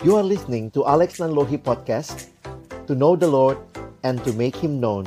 You are listening to Alex Nanlohi Podcast, to know the Lord and to make Him known.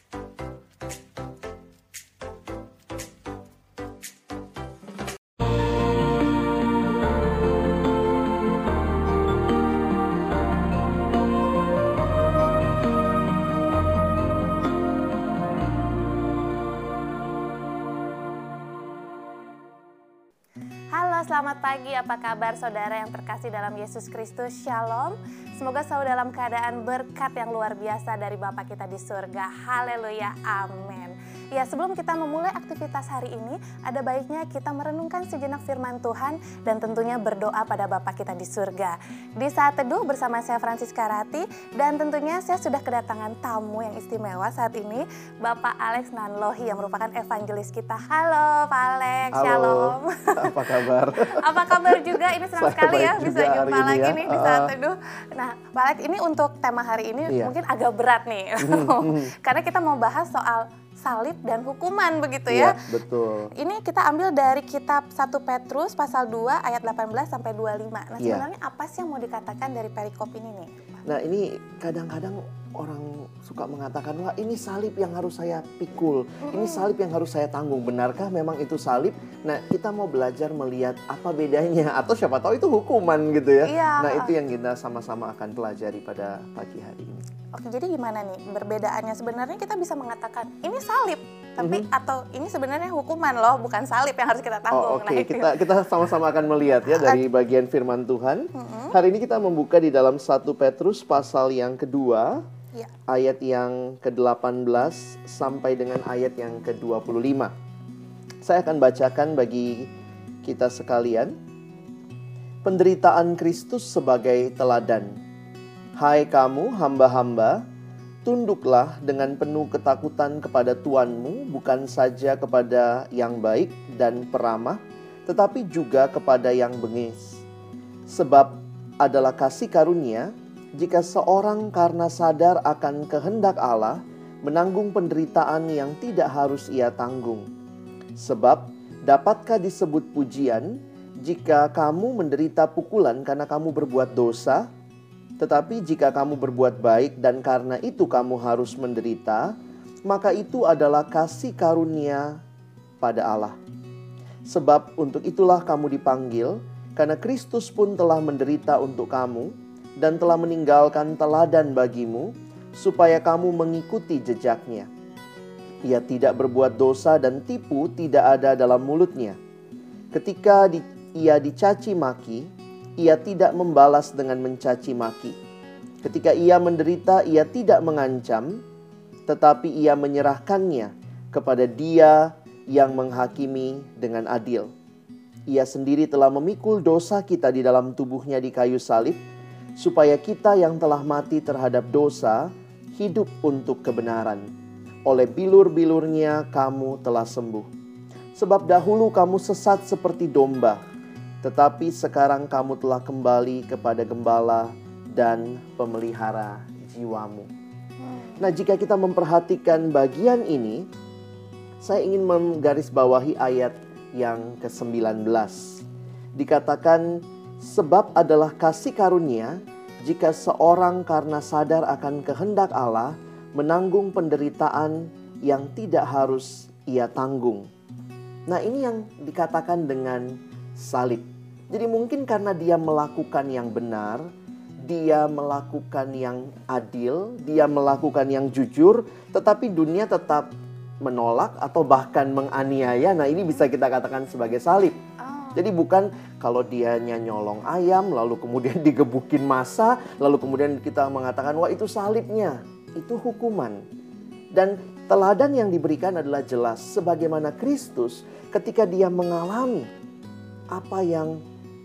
Selamat pagi, apa kabar saudara yang terkasih dalam Yesus Kristus? Shalom. Semoga selalu dalam keadaan berkat yang luar biasa dari Bapa kita di surga. Haleluya, amin. Ya, sebelum kita memulai aktivitas hari ini, ada baiknya kita merenungkan sejenak firman Tuhan dan tentunya berdoa pada Bapa kita di surga. Di saat teduh bersama saya Francisca Rati, dan tentunya saya sudah kedatangan tamu yang istimewa saat ini, Bapak Alex Nanlohi yang merupakan evangelis kita. Halo Pak Alex, Halo, shalom. Apa kabar? Apa kabar juga? Ini senang sekali ya bisa jumpa lagi nih di saat teduh. Nah, Pak Alex, ini untuk tema hari ini mungkin agak berat nih. Karena kita mau bahas soal salib dan hukuman begitu ya. Iya, betul. Ini kita ambil dari kitab 1 Petrus pasal 2 ayat 18 sampai 25. Nah, sebenarnya apa sih yang mau dikatakan dari perikop ini nih? Nah, ini kadang-kadang orang suka mengatakan, wah ini salib yang harus saya pikul, ini salib yang harus saya tanggung. Benarkah memang itu salib? Nah, kita mau belajar melihat apa bedanya, atau siapa tahu itu hukuman gitu ya. Iya. Nah, itu yang kita sama-sama akan pelajari pada pagi hari ini. Oke, jadi gimana nih perbedaannya? Sebenarnya kita bisa mengatakan ini salib, tapi atau ini sebenarnya hukuman loh, bukan salib yang harus kita tanggung. Oke, kita sama-sama akan melihat ya dari bagian firman Tuhan. Hari ini kita membuka di dalam 1 Petrus pasal yang kedua, ayat yang ke-18 sampai dengan ayat yang ke-25. Saya akan bacakan bagi kita sekalian. Penderitaan Kristus sebagai teladan. Hai kamu hamba-hamba, tunduklah dengan penuh ketakutan kepada Tuanmu, bukan saja kepada yang baik dan peramah, tetapi juga kepada yang bengis. Sebab adalah kasih karunia jika seorang karena sadar akan kehendak Allah menanggung penderitaan yang tidak harus ia tanggung. Sebab dapatkah disebut pujian jika kamu menderita pukulan karena kamu berbuat dosa? Tetapi jika kamu berbuat baik dan karena itu kamu harus menderita, maka itu adalah kasih karunia pada Allah. Sebab untuk itulah kamu dipanggil, karena Kristus pun telah menderita untuk kamu dan telah meninggalkan teladan bagimu, supaya kamu mengikuti jejaknya. Ia tidak berbuat dosa dan tipu tidak ada dalam mulutnya. Ketika ia dicaci maki, ia tidak membalas dengan mencaci maki. Ketika ia menderita, ia tidak mengancam, tetapi ia menyerahkannya kepada Dia yang menghakimi dengan adil. Ia sendiri telah memikul dosa kita di dalam tubuhnya di kayu salib, supaya kita yang telah mati terhadap dosa, hidup untuk kebenaran. Oleh bilur-bilurnya kamu telah sembuh. Sebab dahulu kamu sesat seperti domba, tetapi sekarang kamu telah kembali kepada gembala dan pemelihara jiwamu. Nah, jika kita memperhatikan bagian ini, saya ingin menggarisbawahi ayat yang ke-19. Dikatakan, sebab adalah kasih karunia jika seorang karena sadar akan kehendak Allah menanggung penderitaan yang tidak harus ia tanggung. Nah, ini yang dikatakan dengan salib. Jadi mungkin karena dia melakukan yang benar, dia melakukan yang adil, dia melakukan yang jujur, tetapi dunia tetap menolak atau bahkan menganiaya. Nah, ini bisa kita katakan sebagai salib. Jadi bukan kalau dia nyolong ayam, lalu kemudian digebukin massa, lalu kemudian kita mengatakan, wah itu salibnya, itu hukuman. Dan teladan yang diberikan adalah jelas, sebagaimana Kristus ketika dia mengalami apa yang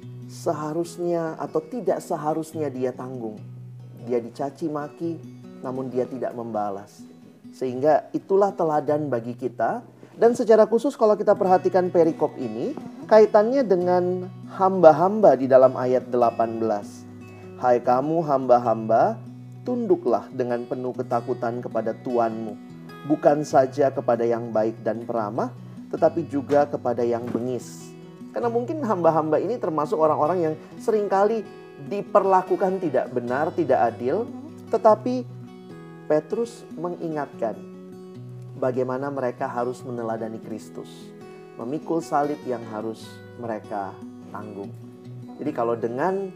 seharusnya atau tidak seharusnya dia tanggung. Dia dicaci maki, namun dia tidak membalas. Sehingga itulah teladan bagi kita. Dan secara khusus kalau kita perhatikan perikop ini, kaitannya dengan hamba-hamba di dalam ayat 18. Hai kamu hamba-hamba, tunduklah dengan penuh ketakutan kepada Tuanmu, bukan saja kepada yang baik dan peramah, tetapi juga kepada yang bengis. Karena mungkin hamba-hamba ini termasuk orang-orang yang seringkali diperlakukan tidak benar, tidak adil, tetapi Petrus mengingatkan bagaimana mereka harus meneladani Kristus, memikul salib yang harus mereka tanggung. Jadi kalau dengan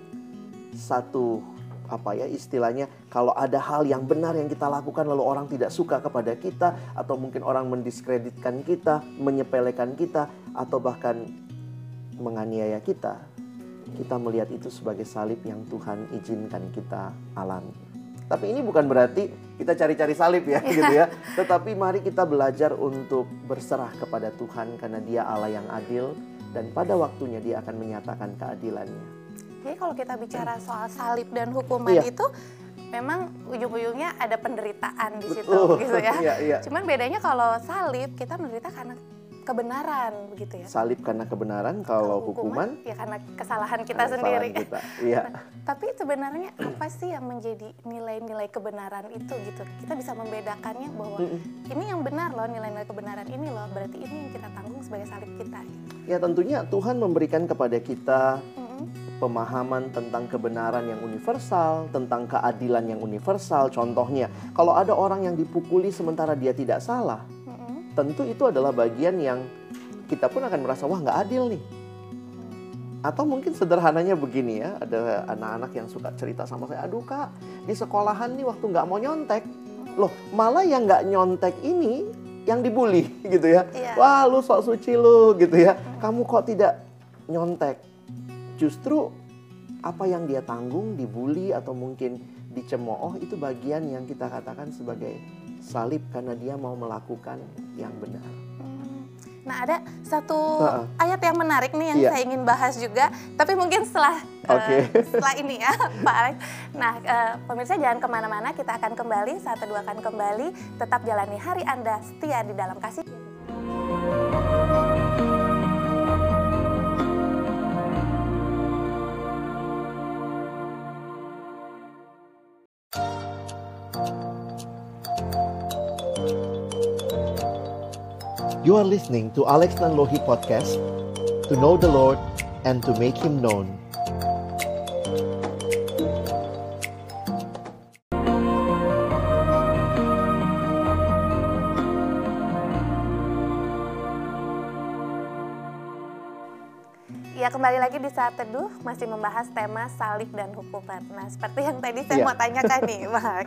satu istilahnya, kalau ada hal yang benar yang kita lakukan lalu orang tidak suka kepada kita, atau mungkin orang mendiskreditkan kita, menyepelekan kita, atau bahkan menganiaya kita, kita melihat itu sebagai salib yang Tuhan izinkan kita alami. Tapi ini bukan berarti kita cari-cari salib ya, gitu ya. Tetapi mari kita belajar untuk berserah kepada Tuhan, karena Dia Allah yang adil, dan pada waktunya Dia akan menyatakan keadilannya. Jadi kalau kita bicara soal salib dan hukuman itu, memang ujung-ujungnya ada penderitaan di situ, gitu ya. Cuman bedanya kalau salib kita menderita karena kebenaran, begitu ya. Salib karena kebenaran, kalau hukuman ya karena kesalahan kita sendiri. Iya. Tapi sebenarnya apa sih yang menjadi nilai-nilai kebenaran itu, gitu? Kita bisa membedakannya bahwa ini yang benar loh, nilai-nilai kebenaran ini loh, berarti ini yang kita tanggung sebagai salib kita. Ya tentunya Tuhan memberikan kepada kita pemahaman tentang kebenaran yang universal, tentang keadilan yang universal. Contohnya, kalau ada orang yang dipukuli sementara dia tidak salah, tentu itu adalah bagian yang kita pun akan merasa, wah nggak adil nih. Atau mungkin sederhananya begini ya, ada anak-anak yang suka cerita sama saya, aduh kak, di sekolahan nih waktu nggak mau nyontek, loh malah yang nggak nyontek ini yang dibully gitu ya. Wah lu sok suci lu gitu ya, kamu kok tidak nyontek. Justru apa yang dia tanggung, dibully atau mungkin dicemooh, itu bagian yang kita katakan sebagai salib karena dia mau melakukan yang benar. Nah ada satu ayat yang menarik nih yang saya ingin bahas juga, tapi mungkin setelah ini ya Pak Alex. Nah pemirsa jangan kemana-mana, kita akan kembali, saat teduh akan kembali, tetap jalani hari Anda setia di dalam kasih. You are listening to Alex Nanlohi Podcast, to know the Lord and to make Him known. Ya kembali lagi di Saat Teduh, masih membahas tema salib dan hukuman. Nah seperti yang tadi saya mau tanyakan nih Bang,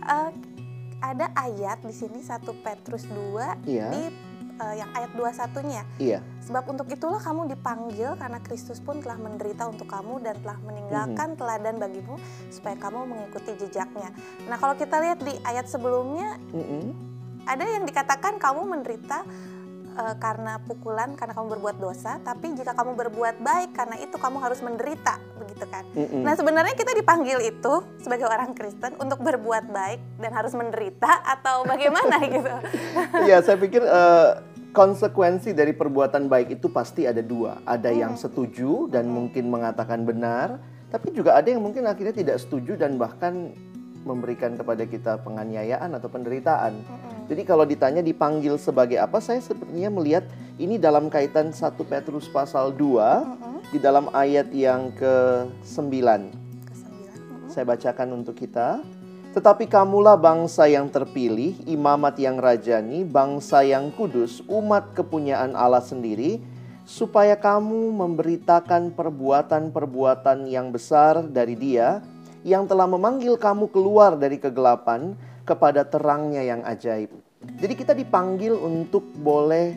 ada ayat di sini 1 Petrus 2 di yang ayat 21-nya. Sebab untuk itulah kamu dipanggil, karena Kristus pun telah menderita untuk kamu dan telah meninggalkan teladan bagimu supaya kamu mengikuti jejaknya. Nah kalau kita lihat di ayat sebelumnya, ada yang dikatakan kamu menderita karena pukulan, karena kamu berbuat dosa, tapi jika kamu berbuat baik, karena itu kamu harus menderita, begitu kan. Nah sebenarnya kita dipanggil itu sebagai orang Kristen untuk berbuat baik dan harus menderita, atau bagaimana gitu? Ya saya pikir konsekuensi dari perbuatan baik itu pasti ada dua. Ada yang setuju dan mungkin mengatakan benar, tapi juga ada yang mungkin akhirnya tidak setuju dan bahkan memberikan kepada kita penganiayaan atau penderitaan. Jadi kalau ditanya dipanggil sebagai apa, saya sepertinya melihat ini dalam kaitan 1 Petrus pasal 2 di dalam ayat yang ke-9. Saya bacakan untuk kita. Tetapi kamulah bangsa yang terpilih, imamat yang rajani, bangsa yang kudus, umat kepunyaan Allah sendiri, supaya kamu memberitakan perbuatan-perbuatan yang besar dari Dia yang telah memanggil kamu keluar dari kegelapan kepada terangnya yang ajaib. Jadi kita dipanggil untuk boleh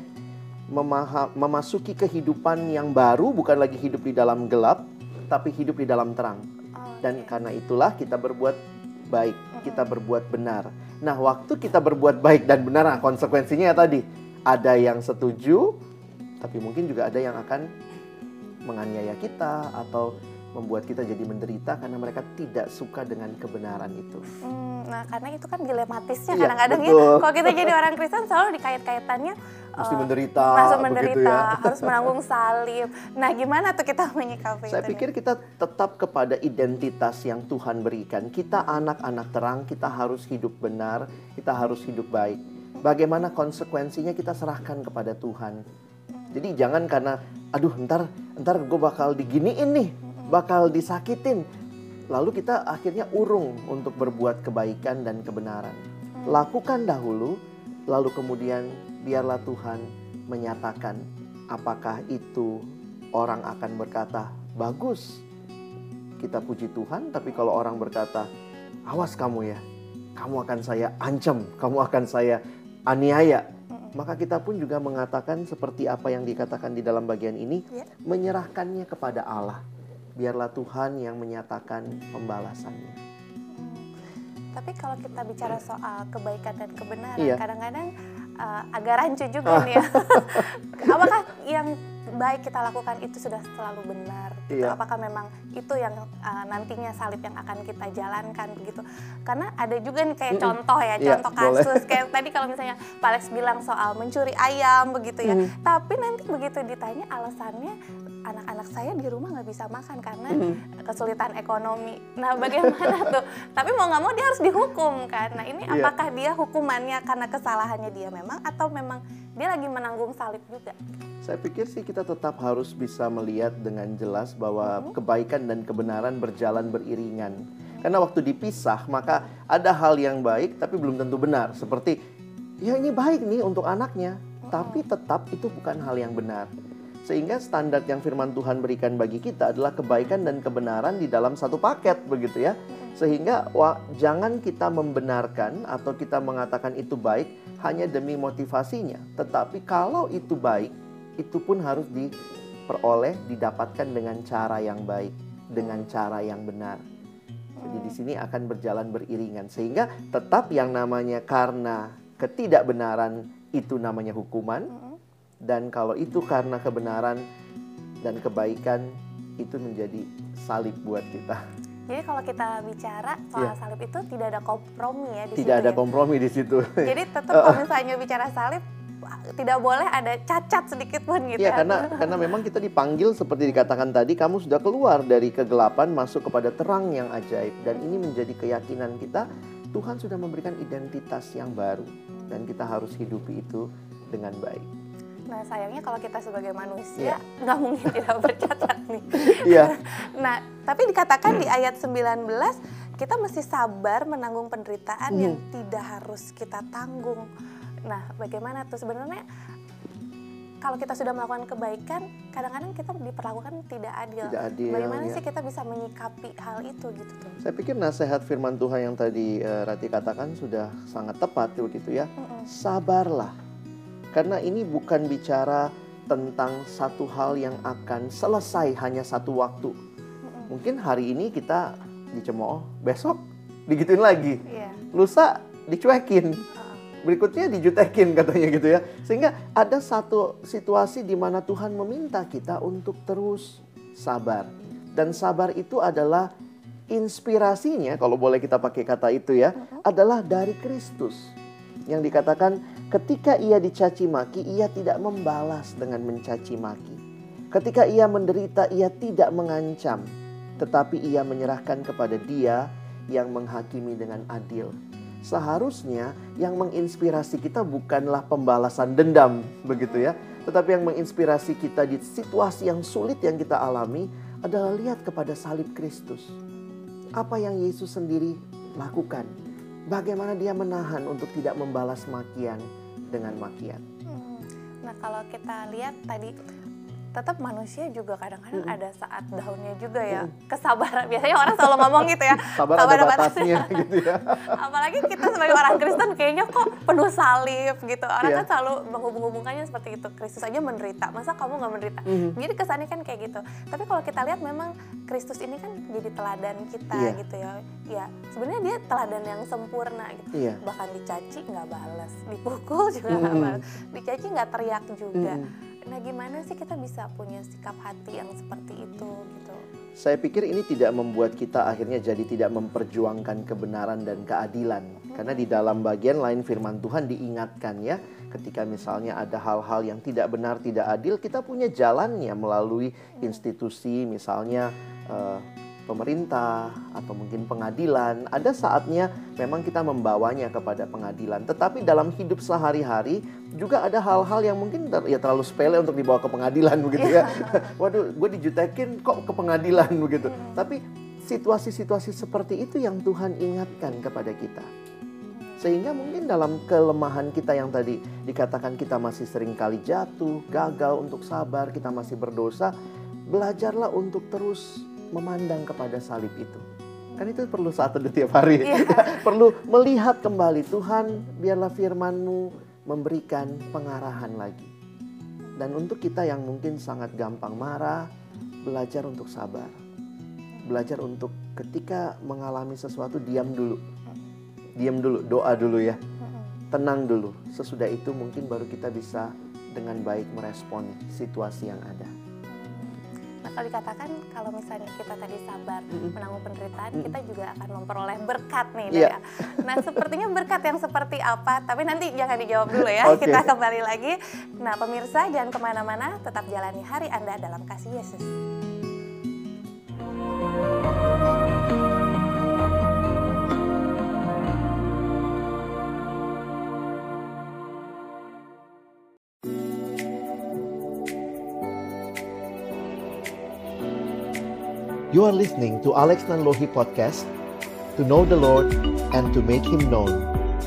memasuki kehidupan yang baru, bukan lagi hidup di dalam gelap, tapi hidup di dalam terang. Dan karena itulah kita berbuat baik, kita berbuat benar. Nah, waktu kita berbuat baik dan benar, konsekuensinya ya tadi, ada yang setuju, tapi mungkin juga ada yang akan menganiaya kita atau membuat kita jadi menderita karena mereka tidak suka dengan kebenaran itu. Nah, karena itu kan dilematisnya kadang-kadang ya. Kalau kita jadi orang Kristen selalu dikait-kaitannya mesti menderita, langsung menderita, harus menanggung salib. Nah, gimana tuh kita menyikapi itu? Saya pikir kita tetap kepada identitas yang Tuhan berikan. Kita anak-anak terang, kita harus hidup benar, kita harus hidup baik. Bagaimana konsekuensinya kita serahkan kepada Tuhan. Jadi jangan karena, aduh ntar gue bakal diginiin nih, bakal disakitin, lalu kita akhirnya urung untuk berbuat kebaikan dan kebenaran. Lakukan dahulu, lalu kemudian biarlah Tuhan menyatakan apakah itu orang akan berkata, bagus, kita puji Tuhan. Tapi kalau orang berkata, awas kamu ya, kamu akan saya ancam, kamu akan saya aniaya, maka kita pun juga mengatakan seperti apa yang dikatakan di dalam bagian ini, menyerahkannya kepada Allah. Biarlah Tuhan yang menyatakan pembalasannya. Tapi kalau kita bicara soal kebaikan dan kebenaran, kadang-kadang agak rancu juga nih ya. Apakah yang baik kita lakukan itu sudah selalu benar? Gitu? Apakah memang itu yang nantinya salib yang akan kita jalankan begitu? Karena ada juga nih kayak contoh ya, contoh kasus. Kayak tadi kalau misalnya Pak Alex bilang soal mencuri ayam begitu ya. Tapi nanti begitu ditanya alasannya, anak-anak saya di rumah nggak bisa makan karena kesulitan ekonomi. Nah bagaimana tuh? Tapi mau nggak mau dia harus dihukum kan. Nah ini apakah dia hukumannya karena kesalahannya dia memang, atau memang dia lagi menanggung salib juga? Saya pikir sih kita tetap harus bisa melihat dengan jelas bahwa kebaikan dan kebenaran berjalan beriringan. Karena waktu dipisah maka ada hal yang baik tapi belum tentu benar. Seperti ya ini baik nih untuk anaknya, tapi tetap itu bukan hal yang benar. Sehingga standar yang firman Tuhan berikan bagi kita adalah kebaikan dan kebenaran di dalam satu paket begitu ya. Sehingga jangan kita membenarkan atau kita mengatakan itu baik hanya demi motivasinya. Tetapi kalau itu baik, itu pun harus diperoleh, didapatkan dengan cara yang baik, dengan cara yang benar. Jadi di sini akan berjalan beriringan. Sehingga tetap yang namanya karena ketidakbenaran itu namanya hukuman. Dan kalau itu karena kebenaran dan kebaikan, itu menjadi salib buat kita. Jadi kalau kita bicara soal salib itu tidak ada kompromi ya di situ. Tidak ada kompromi di situ. Jadi tetap kalau misalnya bicara salib, tidak boleh ada cacat sedikit pun gitu. Iya, karena memang kita dipanggil seperti dikatakan tadi, kamu sudah keluar dari kegelapan masuk kepada terang yang ajaib. Dan ini menjadi keyakinan kita, Tuhan sudah memberikan identitas yang baru. Dan kita harus hidupi itu dengan baik. Nah sayangnya kalau kita sebagai manusia nggak mungkin tidak bercacat nih. Nah tapi dikatakan di ayat 19 kita mesti sabar menanggung penderitaan yang tidak harus kita tanggung. Nah bagaimana tuh sebenarnya kalau kita sudah melakukan kebaikan, kadang-kadang kita diperlakukan tidak adil. Bagaimana sih kita bisa menyikapi hal itu gitu tuh? Saya pikir nasihat firman Tuhan yang tadi Rati katakan sudah sangat tepat begitu ya. Sabarlah. Karena ini bukan bicara tentang satu hal yang akan selesai hanya satu waktu. Mungkin hari ini kita dicemooh, besok digituin lagi. Lusa dicuekin, berikutnya dijutekin katanya gitu ya. Sehingga ada satu situasi di mana Tuhan meminta kita untuk terus sabar. Dan sabar itu adalah inspirasinya, kalau boleh kita pakai kata itu ya, adalah dari Kristus. Yang dikatakan ketika ia dicaci maki, ia tidak membalas dengan mencaci maki. Ketika ia menderita, ia tidak mengancam, tetapi ia menyerahkan kepada Dia yang menghakimi dengan adil. Seharusnya yang menginspirasi kita bukanlah pembalasan dendam, begitu ya. Tetapi yang menginspirasi kita di situasi yang sulit yang kita alami adalah lihat kepada salib Kristus. Apa yang Yesus sendiri lakukan. Bagaimana dia menahan untuk tidak membalas makian dengan makian. Nah kalau kita lihat tadi, tetap manusia juga kadang-kadang ada saat daunnya juga ya. Kesabaran, biasanya orang selalu ngomong gitu ya. Sabar ada batasnya gitu ya. Apalagi kita sebagai orang Kristen kayaknya kok penuh salib gitu. Orang kan selalu menghubung-hubungkannya seperti itu. Kristus aja menderita, masa kamu gak menderita? Jadi kesannya kan kayak gitu. Tapi kalau kita lihat memang Kristus ini kan jadi teladan kita gitu ya. Ya sebenarnya dia teladan yang sempurna gitu. Bahkan dicaci gak balas, dipukul juga gak balas, dicaci gak teriak juga. Nah gimana sih kita bisa punya sikap hati yang seperti itu gitu? Saya pikir ini tidak membuat kita akhirnya jadi tidak memperjuangkan kebenaran dan keadilan. Karena di dalam bagian lain firman Tuhan diingatkan ya, ketika misalnya ada hal-hal yang tidak benar, tidak adil, kita punya jalannya melalui institusi misalnya pemerintah atau mungkin pengadilan. Ada saatnya memang kita membawanya kepada pengadilan. Tetapi dalam hidup sehari-hari juga ada hal-hal yang mungkin ya terlalu sepele untuk dibawa ke pengadilan begitu ya. Waduh, gue dijutekin kok ke pengadilan begitu. Tapi situasi-situasi seperti itu yang Tuhan ingatkan kepada kita. Sehingga mungkin dalam kelemahan kita yang tadi dikatakan kita masih sering kali jatuh, gagal untuk sabar, kita masih berdosa, belajarlah untuk terus memandang kepada salib itu. Kan itu perlu saat teduh tiap hari. Perlu melihat kembali, Tuhan biarlah firman-Mu memberikan pengarahan lagi. Dan untuk kita yang mungkin sangat gampang marah, belajar untuk sabar. Belajar untuk ketika mengalami sesuatu diam dulu. Diam dulu, doa dulu ya. Tenang dulu. Sesudah itu mungkin baru kita bisa dengan baik merespon situasi yang ada. Nah, kalau dikatakan kalau misalnya kita tadi sabar menanggung penderitaan, kita juga akan memperoleh berkat nih. Nah, sepertinya berkat yang seperti apa? Tapi nanti jangan dijawab dulu ya. Kita kembali lagi. Nah, pemirsa jangan kemana-mana, tetap jalani hari Anda dalam kasih Yesus. You are listening to Alex Nanlohi Podcast, to know the Lord and to make Him known.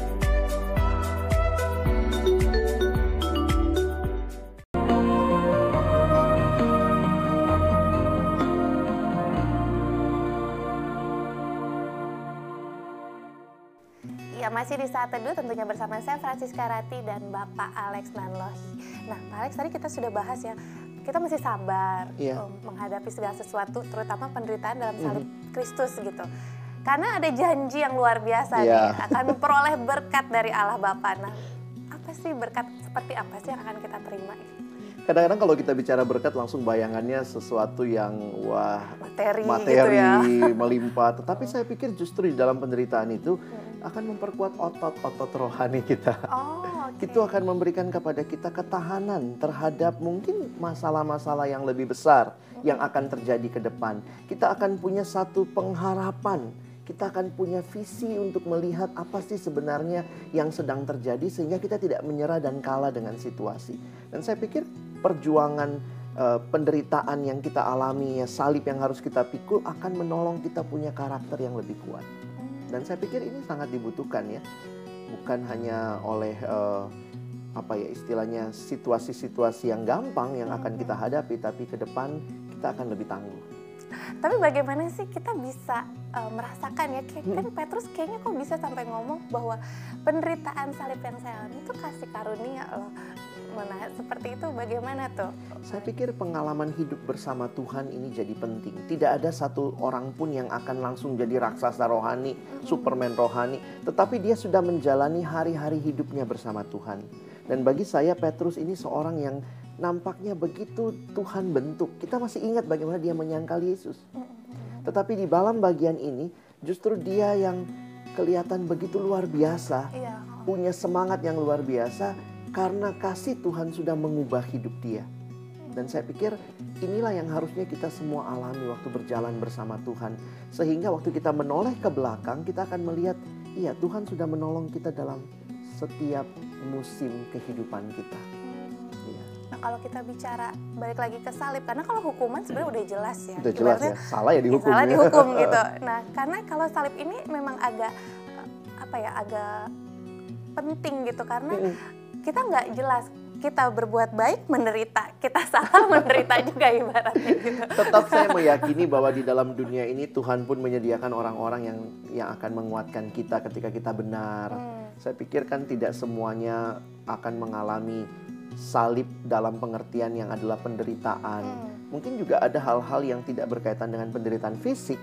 Ya, masih di Saat Teduh tentunya bersama saya Francisca Rati dan Bapak Alex Nanlohi. Nah, Pak Alex tadi kita sudah bahas ya, kita mesti sabar menghadapi segala sesuatu, terutama penderitaan dalam salib Kristus gitu. Karena ada janji yang luar biasa nih, akan memperoleh berkat dari Allah Bapa. Nah, apa sih berkat seperti apa sih yang akan kita terima? Kadang-kadang kalau kita bicara berkat langsung bayangannya sesuatu yang materi gitu ya. Melimpah. Tetapi saya pikir justru di dalam penderitaan itu akan memperkuat otot-otot rohani kita. Itu akan memberikan kepada kita ketahanan terhadap mungkin masalah-masalah yang lebih besar yang akan terjadi ke depan. Kita akan punya satu pengharapan. Kita akan punya visi untuk melihat apa sih sebenarnya yang sedang terjadi sehingga kita tidak menyerah dan kalah dengan situasi. Dan saya pikir perjuangan penderitaan yang kita alami, salib yang harus kita pikul akan menolong kita punya karakter yang lebih kuat. Dan saya pikir ini sangat dibutuhkan ya. Bukan hanya oleh istilahnya situasi-situasi yang gampang yang akan kita hadapi, tapi ke depan kita akan lebih tangguh. Tapi bagaimana sih kita bisa merasakan ya, kan Petrus kayaknya kok bisa sampai ngomong bahwa penderitaan salib yang saya alami itu kasih karunia loh. Nah, seperti itu bagaimana tuh? Saya pikir pengalaman hidup bersama Tuhan ini jadi penting. Tidak ada satu orang pun yang akan langsung jadi raksasa rohani, Superman rohani. Tetapi dia sudah menjalani hari-hari hidupnya bersama Tuhan. Dan bagi saya Petrus ini seorang yang nampaknya begitu Tuhan bentuk. Kita masih ingat bagaimana dia menyangkal Yesus. Tetapi di dalam bagian ini justru dia yang kelihatan begitu luar biasa. Punya semangat yang luar biasa. Karena kasih Tuhan sudah mengubah hidup dia. Dan saya pikir inilah yang harusnya kita semua alami waktu berjalan bersama Tuhan. Sehingga waktu kita menoleh ke belakang, kita akan melihat, iya Tuhan sudah menolong kita dalam setiap musim kehidupan kita. Nah, kalau kita bicara balik lagi ke salib, karena kalau hukuman sebenarnya udah jelas ya. Udah jelas ya, salah ya dihukum. Salah dihukum gitu. Nah, karena kalau salib ini memang agak agak penting gitu karena kita nggak jelas, kita berbuat baik menderita, kita salah menderita juga ibaratnya gitu. Tetap saya meyakini bahwa di dalam dunia ini Tuhan pun menyediakan orang-orang yang akan menguatkan kita ketika kita benar. Saya pikir kan tidak semuanya akan mengalami salib dalam pengertian yang adalah penderitaan. Mungkin juga ada hal-hal yang tidak berkaitan dengan penderitaan fisik.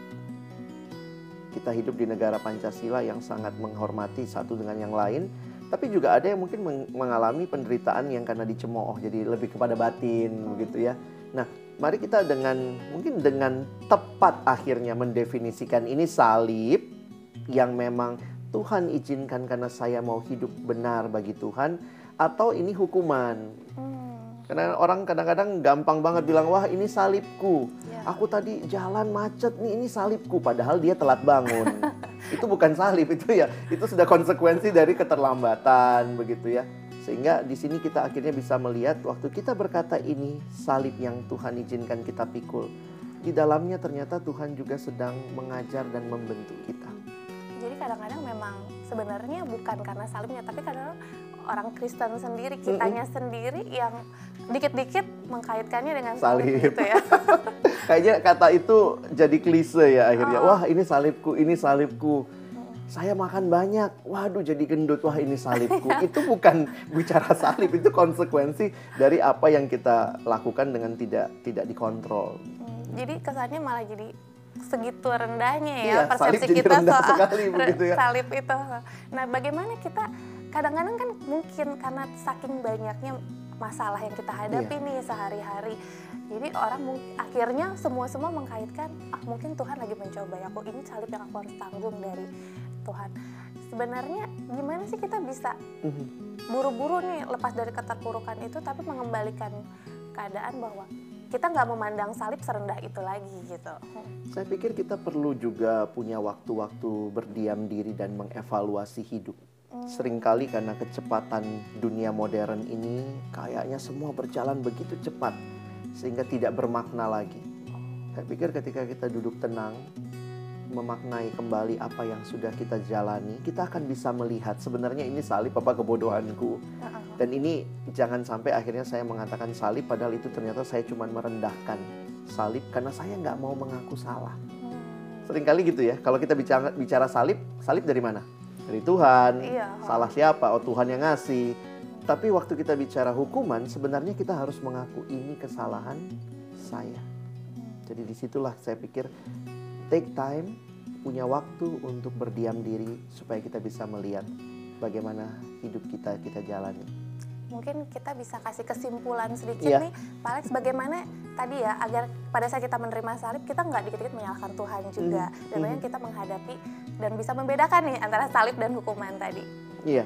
Kita hidup di negara Pancasila yang sangat menghormati satu dengan yang lain. Tapi juga ada yang mungkin mengalami penderitaan yang karena dicemooh, jadi lebih kepada batin begitu ya. Nah, mari kita mungkin dengan tepat akhirnya mendefinisikan ini salib yang memang Tuhan izinkan karena saya mau hidup benar bagi Tuhan, atau ini hukuman. Karena orang kadang-kadang gampang banget bilang, wah ini salibku. Aku tadi jalan macet nih, ini salibku. Padahal dia telat bangun. Itu bukan salib, itu sudah konsekuensi dari keterlambatan begitu ya. Sehingga di sini kita akhirnya bisa melihat waktu kita berkata ini salib yang Tuhan izinkan kita pikul. di dalamnya ternyata Tuhan juga sedang mengajar dan membentuk kita. Jadi kadang-kadang memang sebenarnya bukan karena salibnya, tapi kadang orang Kristen sendiri, kitanya sendiri yang dikit-dikit mengkaitkannya dengan salib gitu ya. Kayaknya kata itu jadi klise ya akhirnya. Wah, ini salibku, ini salibku. Saya makan banyak, waduh jadi gendut, wah ini salibku. Itu bukan bicara salib, itu konsekuensi dari apa yang kita lakukan dengan tidak dikontrol. Jadi kesannya malah jadi segitu rendahnya ya, iya, persepsi kita soal ya. salib itu. Nah, bagaimana kita kadang-kadang kan mungkin karena saking banyaknya masalah yang kita hadapi nih sehari-hari. Jadi orang akhirnya semua mengkaitkan, mungkin Tuhan lagi mencoba ya, kok ini salib yang aku harus tanggung dari Tuhan. Sebenarnya gimana sih kita bisa buru-buru nih lepas dari keterpurukan itu, tapi mengembalikan keadaan bahwa kita nggak memandang salib serendah itu lagi gitu. Saya pikir kita perlu juga punya waktu-waktu berdiam diri dan mengevaluasi hidup. Seringkali karena kecepatan dunia modern ini kayaknya semua berjalan begitu cepat sehingga tidak bermakna lagi. Saya pikir ketika kita duduk tenang, memaknai kembali apa yang sudah kita jalani, kita akan bisa melihat sebenarnya ini salib apa kebodohanku. Dan ini jangan sampai akhirnya saya mengatakan salib padahal itu ternyata saya cuma merendahkan salib karena saya nggak mau mengaku salah. Seringkali gitu ya, kalau kita bicara salib dari mana? Dari Tuhan. Salah siapa? Oh, Tuhan yang ngasih. Tapi waktu kita bicara hukuman, sebenarnya kita harus mengaku ini kesalahan saya. Jadi disitulah saya pikir take time, punya waktu untuk berdiam diri supaya kita bisa melihat bagaimana hidup kita jalani. Mungkin kita bisa kasih kesimpulan sedikit nih, Pak Alex, bagaimana tadi ya, agar pada saat kita menerima salib, kita nggak dikit-dikit menyalahkan Tuhan juga. Dan bagaimana kita menghadapi dan bisa membedakan nih antara salib dan hukuman tadi. Iya,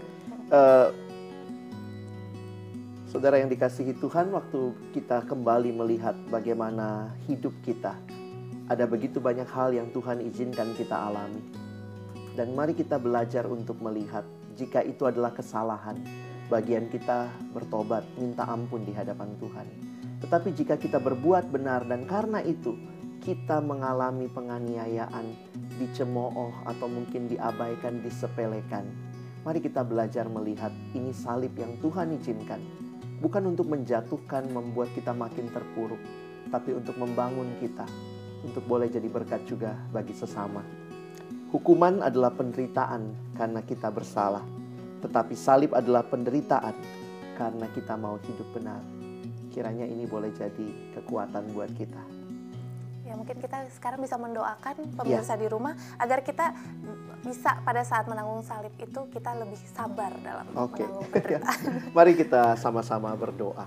saudara yang dikasihi Tuhan, waktu kita kembali melihat bagaimana hidup kita, ada begitu banyak hal yang Tuhan izinkan kita alami. Dan mari kita belajar untuk melihat jika itu adalah kesalahan, bagian kita bertobat, minta ampun di hadapan Tuhan. Tetapi jika kita berbuat benar dan karena itu kita mengalami penganiayaan, dicemooh atau mungkin diabaikan, disepelekan, mari kita belajar melihat ini salib yang Tuhan izinkan. Bukan untuk menjatuhkan, membuat kita makin terpuruk, tapi untuk membangun kita, untuk boleh jadi berkat juga bagi sesama. Hukuman adalah penderitaan karena kita bersalah. Tetapi salib adalah penderitaan karena kita mau hidup benar. Kiranya ini boleh jadi kekuatan buat kita. Ya, mungkin kita sekarang bisa mendoakan pemirsa di rumah agar kita bisa pada saat menanggung salib itu kita lebih sabar dalam menanggung penderitaan. Mari kita sama-sama berdoa.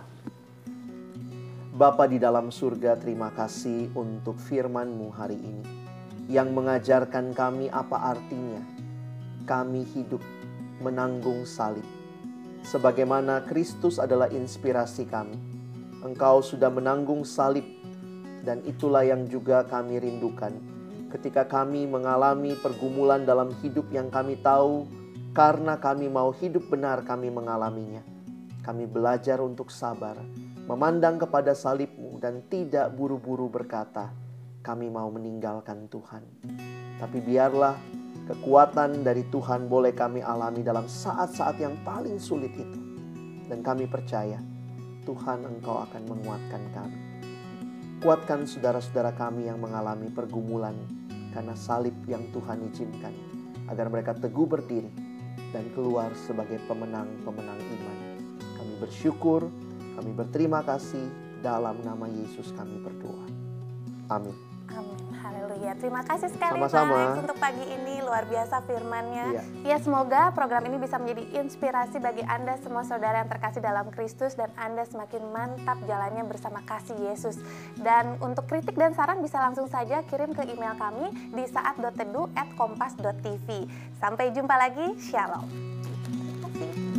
Bapa di dalam surga, terima kasih untuk firman-Mu hari ini yang mengajarkan kami apa artinya kami hidup menanggung salib. Sebagaimana Kristus adalah inspirasi kami, Engkau sudah menanggung salib, dan itulah yang juga kami rindukan ketika kami mengalami pergumulan dalam hidup yang kami tahu karena kami mau hidup benar kami mengalaminya. Kami belajar untuk sabar, memandang kepada salib-Mu dan tidak buru-buru berkata, kami mau meninggalkan Tuhan. Tapi biarlah kekuatan dari Tuhan boleh kami alami dalam saat-saat yang paling sulit itu. Dan kami percaya Tuhan Engkau akan menguatkan kami. Kuatkan saudara-saudara kami yang mengalami pergumulan karena salib yang Tuhan izinkan, agar mereka teguh berdiri dan keluar sebagai pemenang-pemenang iman. Kami bersyukur, kami berterima kasih, dalam nama Yesus kami berdoa. Amin. Amin. Haleluya. Terima kasih sekali Sama-sama. Pak Alex untuk pagi ini, luar biasa firman-Nya. Ya, semoga program ini bisa menjadi inspirasi bagi Anda semua saudara yang terkasih dalam Kristus dan Anda semakin mantap jalannya bersama kasih Yesus. Dan untuk kritik dan saran bisa langsung saja kirim ke email kami di saat.teduh@kompas.tv. Sampai jumpa lagi. Shalom. Terima kasih.